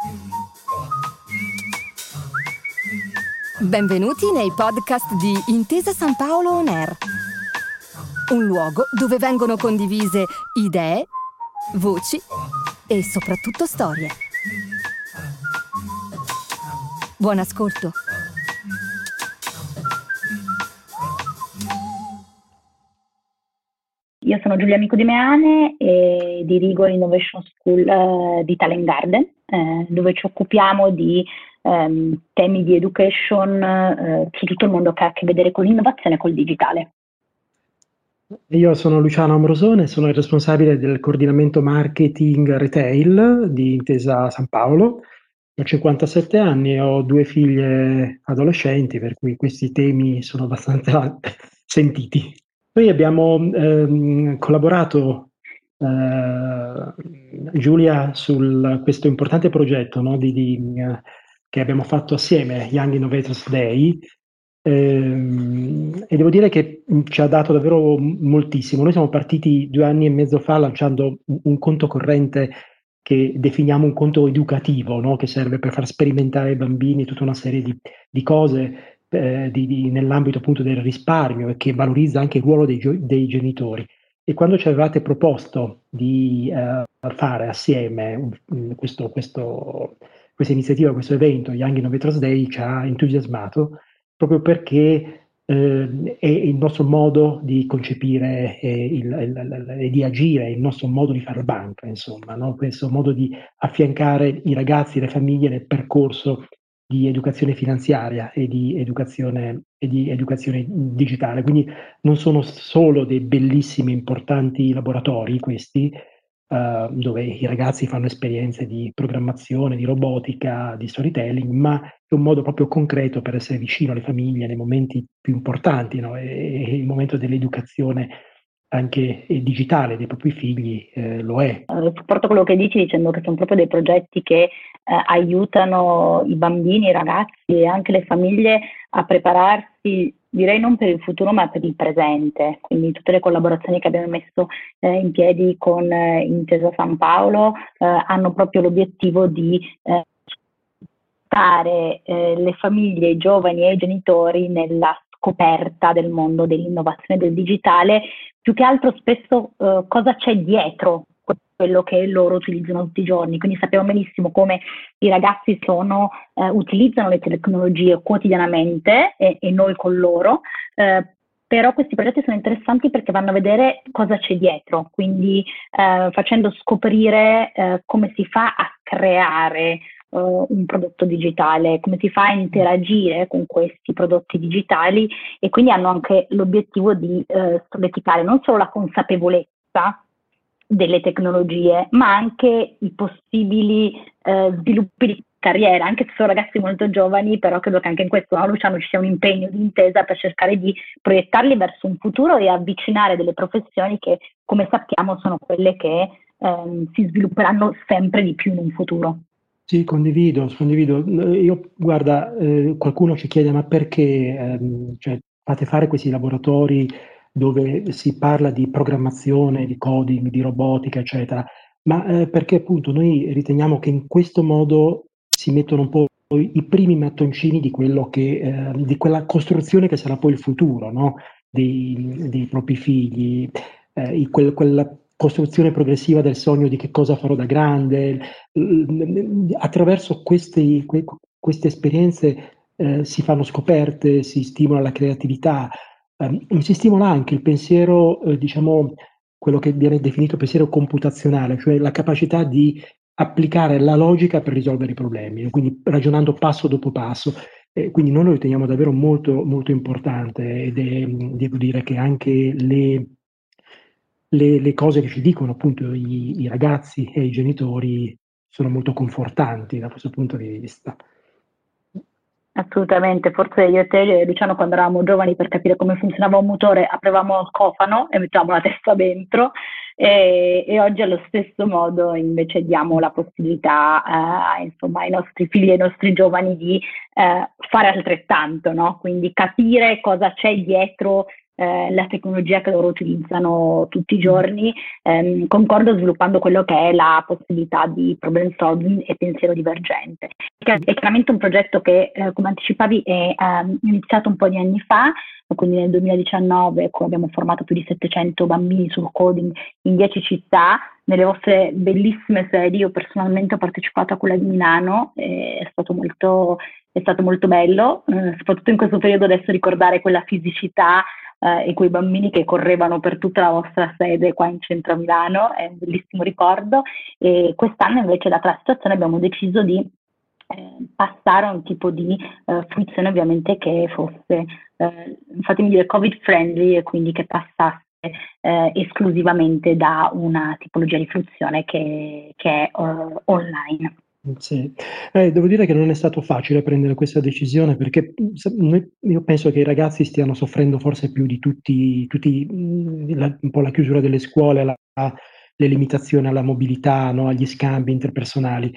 Benvenuti nei podcast di Intesa San Paolo On Air, un luogo dove vengono condivise idee, voci e soprattutto storie. Buon ascolto. Io sono Giulia Amico di Meane e dirigo l'Innovation School di Talent Garden, dove ci occupiamo di temi di education su tutto il mondo che ha a che vedere con l'innovazione e col digitale. Io sono Luciano Ambrosone, sono il responsabile del coordinamento marketing retail di Intesa San Paolo. Ho 57 anni e ho 2 figlie adolescenti, per cui questi temi sono abbastanza sentiti. Noi abbiamo collaborato, Giulia, su questo importante progetto, no, che abbiamo fatto assieme, Young Innovators Day, e devo dire che ci ha dato davvero moltissimo. Noi siamo partiti 2 anni e mezzo fa lanciando un conto corrente che definiamo un conto educativo, no? Che serve per far sperimentare ai bambini tutta una serie di cose nell'ambito appunto del risparmio e che valorizza anche il ruolo dei genitori. E quando ci avevate proposto di fare assieme questa iniziativa, questo evento, Young Innovators Day, ci ha entusiasmato proprio perché è il nostro modo di concepire e di agire, il nostro modo di fare banca, insomma, no? Questo modo di affiancare i ragazzi e le famiglie nel percorso di educazione finanziaria e di educazione digitale. Quindi non sono solo dei bellissimi, importanti laboratori questi, dove i ragazzi fanno esperienze di programmazione, di robotica, di storytelling, ma è un modo proprio concreto per essere vicino alle famiglie nei momenti più importanti, no? E il momento dell'educazione anche digitale dei propri figli lo è. Supporto quello che dici dicendo che sono proprio dei progetti che aiutano i bambini, i ragazzi e anche le famiglie a prepararsi, direi non per il futuro ma per il presente. Quindi tutte le collaborazioni che abbiamo messo in piedi con Intesa San Paolo hanno proprio l'obiettivo di aiutare le famiglie, i giovani e i genitori nella scoperta del mondo dell'innovazione e del digitale, più che altro spesso cosa c'è dietro quello che loro utilizzano tutti i giorni. Quindi sappiamo benissimo come i ragazzi utilizzano le tecnologie quotidianamente e noi con loro, però questi progetti sono interessanti perché vanno a vedere cosa c'è dietro, quindi facendo scoprire come si fa a creare un prodotto digitale, come si fa a interagire con questi prodotti digitali, e quindi hanno anche l'obiettivo di sollecitare non solo la consapevolezza delle tecnologie, ma anche i possibili sviluppi di carriera, anche se sono ragazzi molto giovani, però credo che anche in questo, no, Luciano, ci sia un impegno di Intesa per cercare di proiettarli verso un futuro e avvicinare delle professioni che, come sappiamo, sono quelle che si svilupperanno sempre di più in un futuro. Sì, condivido. Io, guarda, qualcuno ci chiede ma perché cioè, fate fare questi laboratori dove si parla di programmazione, di coding, di robotica, eccetera, ma perché appunto noi riteniamo che in questo modo si mettono un po' i primi mattoncini di quella costruzione che sarà poi il futuro, no? dei propri figli, quella costruzione progressiva del sogno di che cosa farò da grande. Attraverso queste esperienze si fanno scoperte, si stimola la creatività, si stimola anche il pensiero, diciamo, quello che viene definito pensiero computazionale, cioè la capacità di applicare la logica per risolvere i problemi, quindi ragionando passo dopo passo. Quindi noi lo riteniamo davvero molto, molto importante ed devo dire che anche le cose che ci dicono appunto i ragazzi e i genitori sono molto confortanti da questo punto di vista. Assolutamente, forse io e te, Luciano, quando eravamo giovani, per capire come funzionava un motore aprivamo il cofano e mettevamo la testa dentro, e oggi allo stesso modo invece diamo la possibilità insomma, ai nostri figli e ai nostri giovani di fare altrettanto, no? Quindi capire cosa c'è dietro la tecnologia che loro utilizzano tutti i giorni, concordo sviluppando quello che è la possibilità di problem solving e pensiero divergente. È chiaramente un progetto che, come anticipavi, è iniziato un po' di anni fa, quindi nel 2019 abbiamo formato più di 700 bambini sul coding in 10 città, nelle vostre bellissime sedi. Io personalmente ho partecipato a quella di Milano, è stato molto bello, soprattutto in questo periodo adesso ricordare quella fisicità e quei bambini che correvano per tutta la vostra sede qua in centro a Milano, è un bellissimo ricordo. E quest'anno invece, data la situazione, abbiamo deciso di passare a un tipo di fruizione ovviamente che fosse, fatemi dire, covid friendly, e quindi che passasse esclusivamente da una tipologia di fruizione che è online. Sì. Devo dire che non è stato facile prendere questa decisione perché io penso che i ragazzi stiano soffrendo forse più di tutti un po' la chiusura delle scuole, le limitazioni alla mobilità, no, agli scambi interpersonali.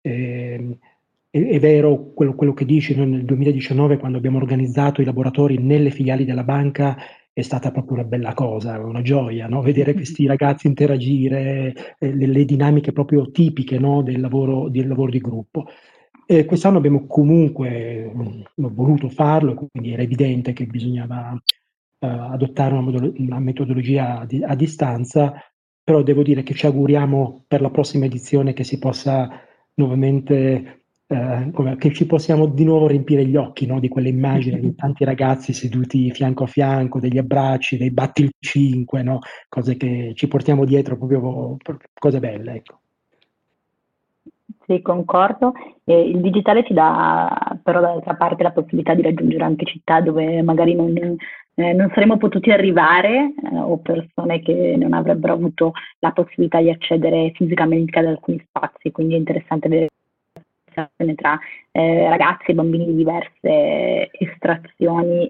È vero quello che dici, noi nel 2019, quando abbiamo organizzato i laboratori nelle filiali della banca, è stata proprio una bella cosa, una gioia, no? Vedere questi ragazzi interagire, le dinamiche proprio tipiche, no? del lavoro di gruppo. Quest'anno abbiamo comunque voluto farlo, quindi era evidente che bisognava adottare una metodologia a distanza, però devo dire che ci auguriamo per la prossima edizione che si possa nuovamente che ci possiamo di nuovo riempire gli occhi, no, di quelle immagini di tanti ragazzi seduti fianco a fianco, degli abbracci, dei batti il 5, no, cose che ci portiamo dietro, proprio cose belle, ecco. Sì, concordo. Il digitale ci dà però dall'altra parte la possibilità di raggiungere anche città dove magari non saremmo potuti arrivare, o persone che non avrebbero avuto la possibilità di accedere fisicamente ad alcuni spazi, quindi è interessante vedere tra ragazzi e bambini di diverse estrazioni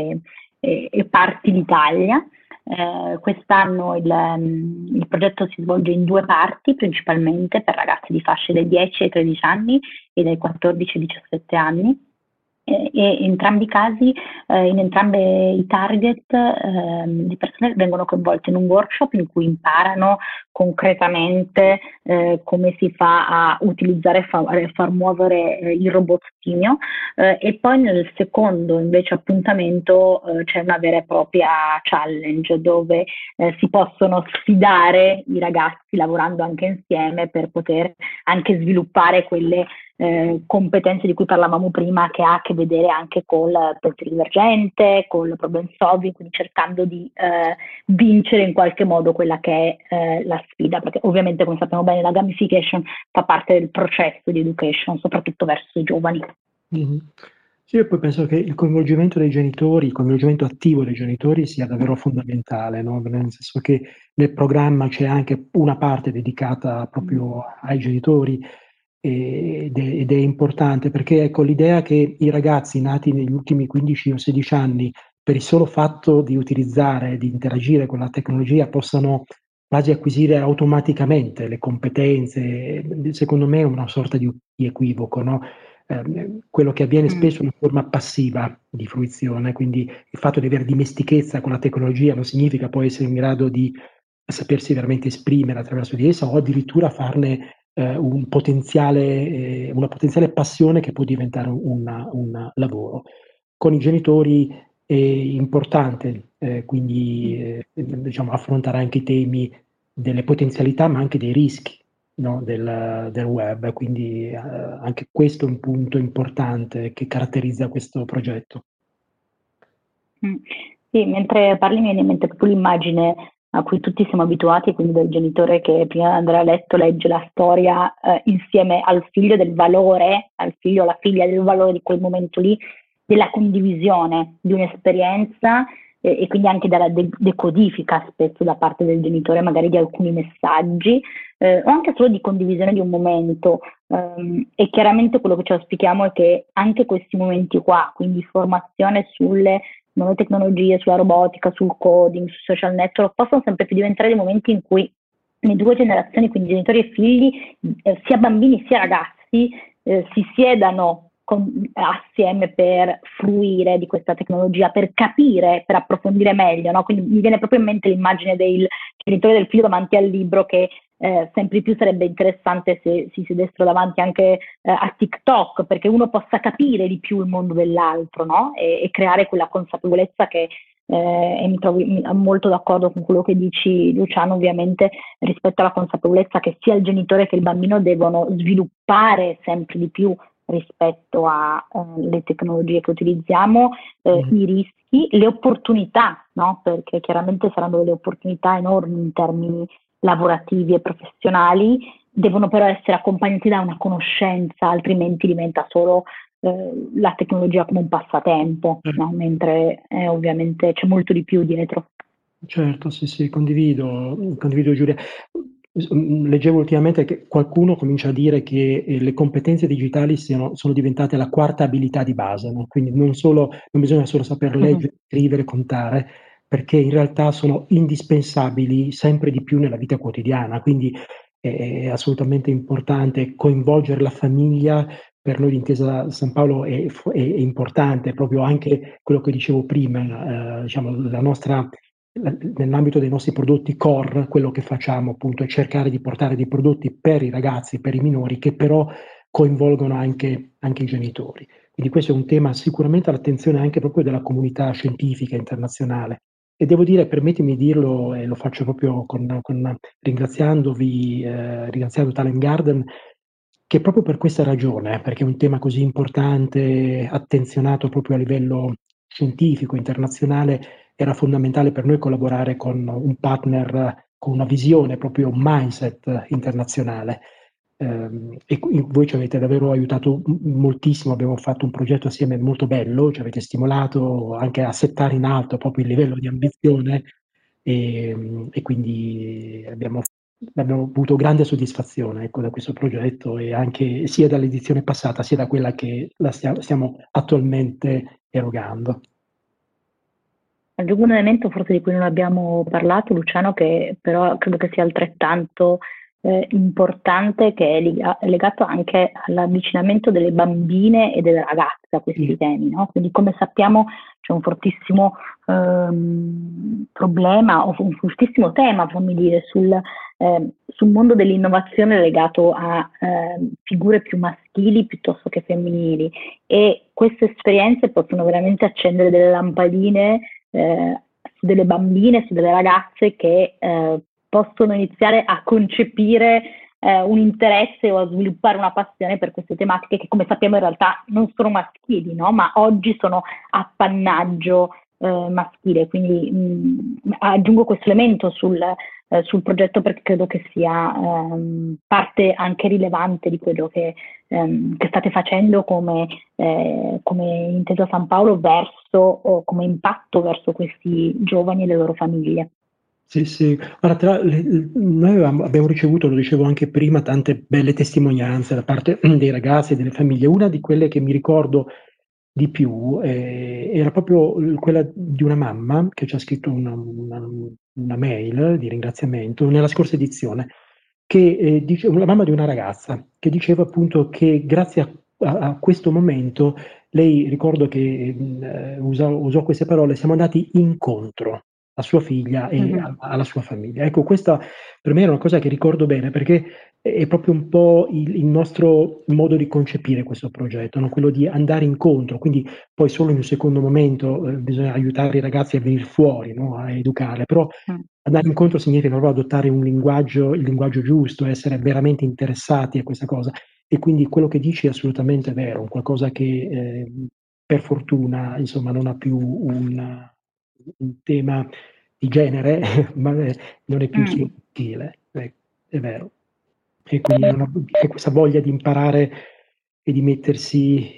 e parti d'Italia. Quest'anno il progetto si svolge in 2 parti, principalmente per ragazzi di fasce dai 10 ai 13 anni e dai 14 ai 17 anni. E in entrambi i casi, in entrambe i target, le persone vengono coinvolte in un workshop in cui imparano concretamente come si fa a utilizzare e far muovere il robot Timio, e poi nel secondo invece appuntamento c'è una vera e propria challenge dove si possono sfidare i ragazzi lavorando anche insieme per poter anche sviluppare quelle competenze di cui parlavamo prima, che ha a che vedere anche col pensiero divergente, col problem solving, quindi cercando di vincere in qualche modo quella che è la sfida, perché ovviamente, come sappiamo bene, la gamification fa parte del processo di education, soprattutto verso i giovani. Mm-hmm. Sì, io poi penso che il coinvolgimento dei genitori, il coinvolgimento attivo dei genitori sia davvero fondamentale, no? Nel senso che nel programma c'è anche una parte dedicata proprio ai genitori, ed è importante perché, ecco, l'idea che i ragazzi nati negli ultimi 15 o 16 anni, per il solo fatto di utilizzare, di interagire con la tecnologia, possano quasi acquisire automaticamente le competenze, secondo me è una sorta di equivoco, no? Quello che avviene spesso è una forma passiva di fruizione, quindi il fatto di avere dimestichezza con la tecnologia non significa poi essere in grado di sapersi veramente esprimere attraverso di essa o addirittura farne una potenziale passione che può diventare un lavoro. Con i genitori è importante quindi diciamo, affrontare anche i temi delle potenzialità ma anche dei rischi, no, del web, quindi anche questo è un punto importante che caratterizza questo progetto. Sì, mentre parli mi viene in mente proprio l'immagine a cui tutti siamo abituati, quindi del genitore che prima di andare a letto legge la storia insieme al figlio del valore, al figlio o alla figlia del valore di quel momento lì, della condivisione di un'esperienza e quindi anche della decodifica spesso da parte del genitore magari di alcuni messaggi o anche solo di condivisione di un momento. E chiaramente quello che ci auspichiamo è che anche questi momenti qua, quindi formazione sulle nuove tecnologie, sulla robotica, sul coding, sui social network, possono sempre più diventare dei momenti in cui le 2 generazioni, quindi genitori e figli, sia bambini sia ragazzi, si siedano assieme per fruire di questa tecnologia, per capire, per approfondire meglio, no? Quindi mi viene proprio in mente l'immagine del genitore del figlio davanti al libro che sempre di più sarebbe interessante se si sedessero davanti anche a TikTok, perché uno possa capire di più il mondo dell'altro, no? E creare quella consapevolezza che e mi trovo molto d'accordo con quello che dici, Luciano, ovviamente rispetto alla consapevolezza che sia il genitore che il bambino devono sviluppare sempre di più rispetto alle tecnologie che utilizziamo, i rischi, le opportunità, no? Perché chiaramente saranno delle opportunità enormi in termini lavorativi e professionali, devono però essere accompagnati da una conoscenza, altrimenti diventa solo la tecnologia come un passatempo, no? Mentre ovviamente c'è molto di più dietro. Certo, sì, condivido Giulia. Leggevo ultimamente che qualcuno comincia a dire che le competenze digitali sono diventate la quarta abilità di base, no? Quindi non bisogna solo saper leggere, scrivere, contare, perché in realtà sono indispensabili sempre di più nella vita quotidiana. Quindi è assolutamente importante coinvolgere la famiglia. Per noi l'Intesa San Paolo è importante, proprio anche quello che dicevo prima, diciamo, nell'ambito dei nostri prodotti core, quello che facciamo appunto è cercare di portare dei prodotti per i ragazzi, per i minori, che però coinvolgono anche i genitori. Quindi questo è un tema sicuramente all'attenzione anche proprio della comunità scientifica internazionale. E devo dire, permettimi di dirlo, e lo faccio proprio ringraziando Talent Garden, che proprio per questa ragione, perché è un tema così importante, attenzionato proprio a livello scientifico, internazionale, era fondamentale per noi collaborare con un partner con una visione, proprio un mindset internazionale. Voi ci avete davvero aiutato moltissimo, abbiamo fatto un progetto assieme molto bello, ci avete stimolato anche a settare in alto proprio il livello di ambizione e quindi abbiamo avuto grande soddisfazione, ecco, da questo progetto e anche sia dall'edizione passata sia da quella che stiamo attualmente erogando. Aggiungo un elemento forse di cui non abbiamo parlato, Luciano, che però credo che sia altrettanto importante, che è legato anche all'avvicinamento delle bambine e delle ragazze a questi temi, no? Quindi come sappiamo c'è un fortissimo problema o un fortissimo tema, fammi dire, sul mondo dell'innovazione legato a figure più maschili piuttosto che femminili, e queste esperienze possono veramente accendere delle lampadine su delle bambine, su delle ragazze che possono iniziare a concepire un interesse o a sviluppare una passione per queste tematiche che, come sappiamo, in realtà non sono maschili, no? Ma oggi sono appannaggio maschile. Quindi aggiungo questo elemento sul progetto perché credo che sia parte anche rilevante di quello che state facendo come Intesa San Paolo o come impatto verso questi giovani e le loro famiglie. Sì. Guarda, noi abbiamo ricevuto, lo dicevo anche prima, tante belle testimonianze da parte dei ragazzi e delle famiglie. Una di quelle che mi ricordo di più era proprio quella di una mamma che ci ha scritto una mail di ringraziamento nella scorsa edizione, che la mamma di una ragazza che diceva appunto che grazie a questo momento lei, ricordo che usò queste parole: siamo andati incontro a sua figlia e alla sua famiglia. Ecco, questa per me era una cosa che ricordo bene, perché è proprio un po' il nostro modo di concepire questo progetto, no? Quello di andare incontro, quindi poi solo in un secondo momento bisogna aiutare i ragazzi a venire fuori, no? A educarli, però andare incontro significa proprio adottare il linguaggio giusto, essere veramente interessati a questa cosa. E quindi quello che dici è assolutamente vero, qualcosa che per fortuna insomma non ha più un tema di genere, ma non è più sottile, è vero. E quindi c'è questa voglia di imparare e di mettersi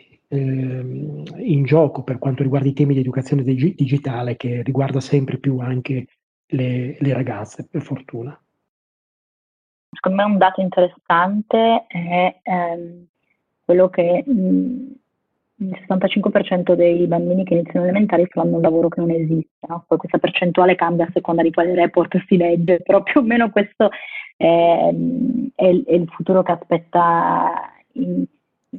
in gioco per quanto riguarda i temi di educazione digitale, che riguarda sempre più anche le ragazze, per fortuna. Secondo me un dato interessante è quello che il 65% dei bambini che iniziano elementari fanno un lavoro che non esiste, no? Poi questa percentuale cambia a seconda di quale report si legge, però più o meno questo è il futuro che aspetta i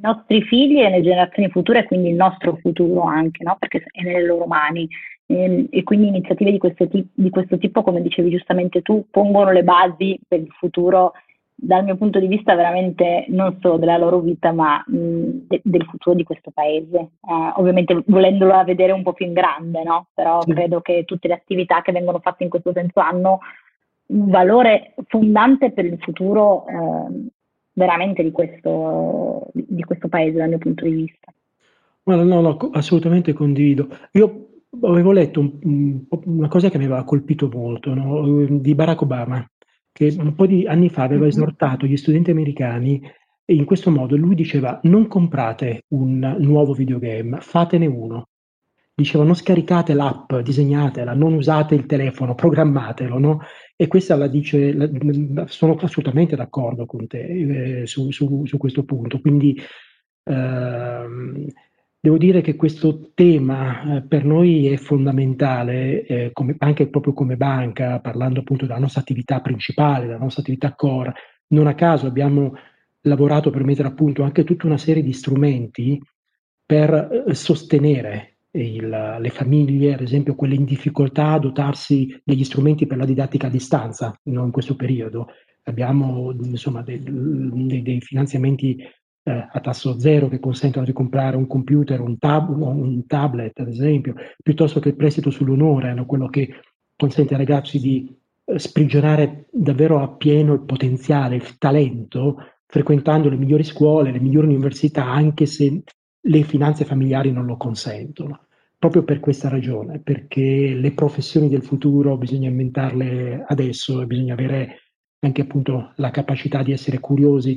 nostri figli e le generazioni future, e quindi il nostro futuro anche, no? Perché è nelle loro mani. E quindi iniziative di questo tipo, come dicevi giustamente tu, pongono le basi per il futuro, dal mio punto di vista, veramente non solo della loro vita, ma del futuro di questo paese. Ovviamente volendolo vedere un po' più in grande, no? Però Sì. credo che tutte le attività che vengono fatte in questo senso hanno un valore fondante per il futuro veramente di questo paese, dal mio punto di vista. Guarda, no, assolutamente condivido. Io avevo letto una cosa che mi aveva colpito molto, no? Di Barack Obama, che un po' di anni fa aveva esortato gli studenti americani e in questo modo lui diceva: non comprate un nuovo videogame, fatene uno. Diceva: non scaricate l'app, disegnatela, non usate il telefono, programmatelo, no? E questa sono assolutamente d'accordo con te su questo punto. Quindi ehm, devo dire che questo tema per noi è fondamentale, anche proprio come banca, parlando appunto della nostra attività principale, della nostra attività core. Non a caso abbiamo lavorato per mettere a punto anche tutta una serie di strumenti per sostenere le famiglie, ad esempio quelle in difficoltà, a dotarsi degli strumenti per la didattica a distanza, no, in questo periodo. Abbiamo insomma dei finanziamenti a tasso zero che consentono di comprare un computer, un tablet, ad esempio, piuttosto che il prestito sull'onore, no, quello che consente ai ragazzi di sprigionare davvero appieno il potenziale, il talento, frequentando le migliori scuole, le migliori università, anche se le finanze familiari non lo consentono. Proprio per questa ragione, perché le professioni del futuro bisogna inventarle adesso e bisogna avere anche appunto la capacità di essere curiosi,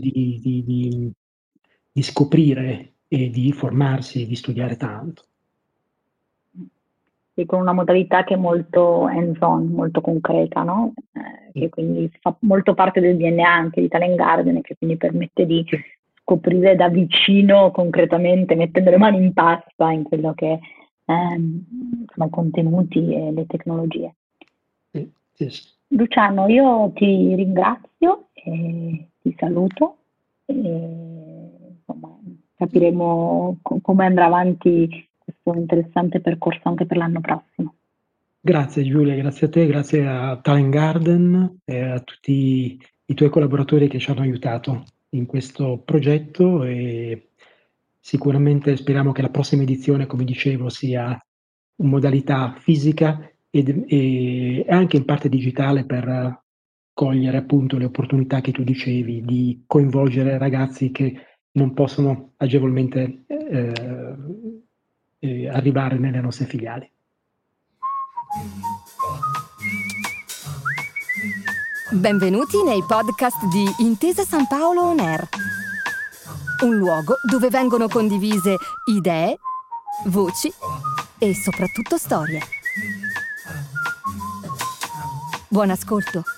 di scoprire e di formarsi, di studiare tanto. Sì, con una modalità che è molto hands-on, molto concreta, no? Che quindi fa molto parte del DNA anche di Talent Garden e che quindi permette di scoprire da vicino, concretamente, mettendo le mani in pasta in quello che sono i contenuti e le tecnologie. Sì. Luciano, io ti ringrazio e ti saluto e insomma, capiremo come andrà avanti questo interessante percorso anche per l'anno prossimo. Grazie Giulia, grazie a te, grazie a Talent Garden e a tutti i tuoi collaboratori che ci hanno aiutato in questo progetto e sicuramente speriamo che la prossima edizione, come dicevo, sia in modalità fisica e anche in parte digitale per cogliere appunto le opportunità che tu dicevi di coinvolgere ragazzi che non possono agevolmente arrivare nelle nostre filiali. Benvenuti nei podcast di Intesa San Paolo On Air, un luogo dove vengono condivise idee, voci e soprattutto storie. Buon ascolto.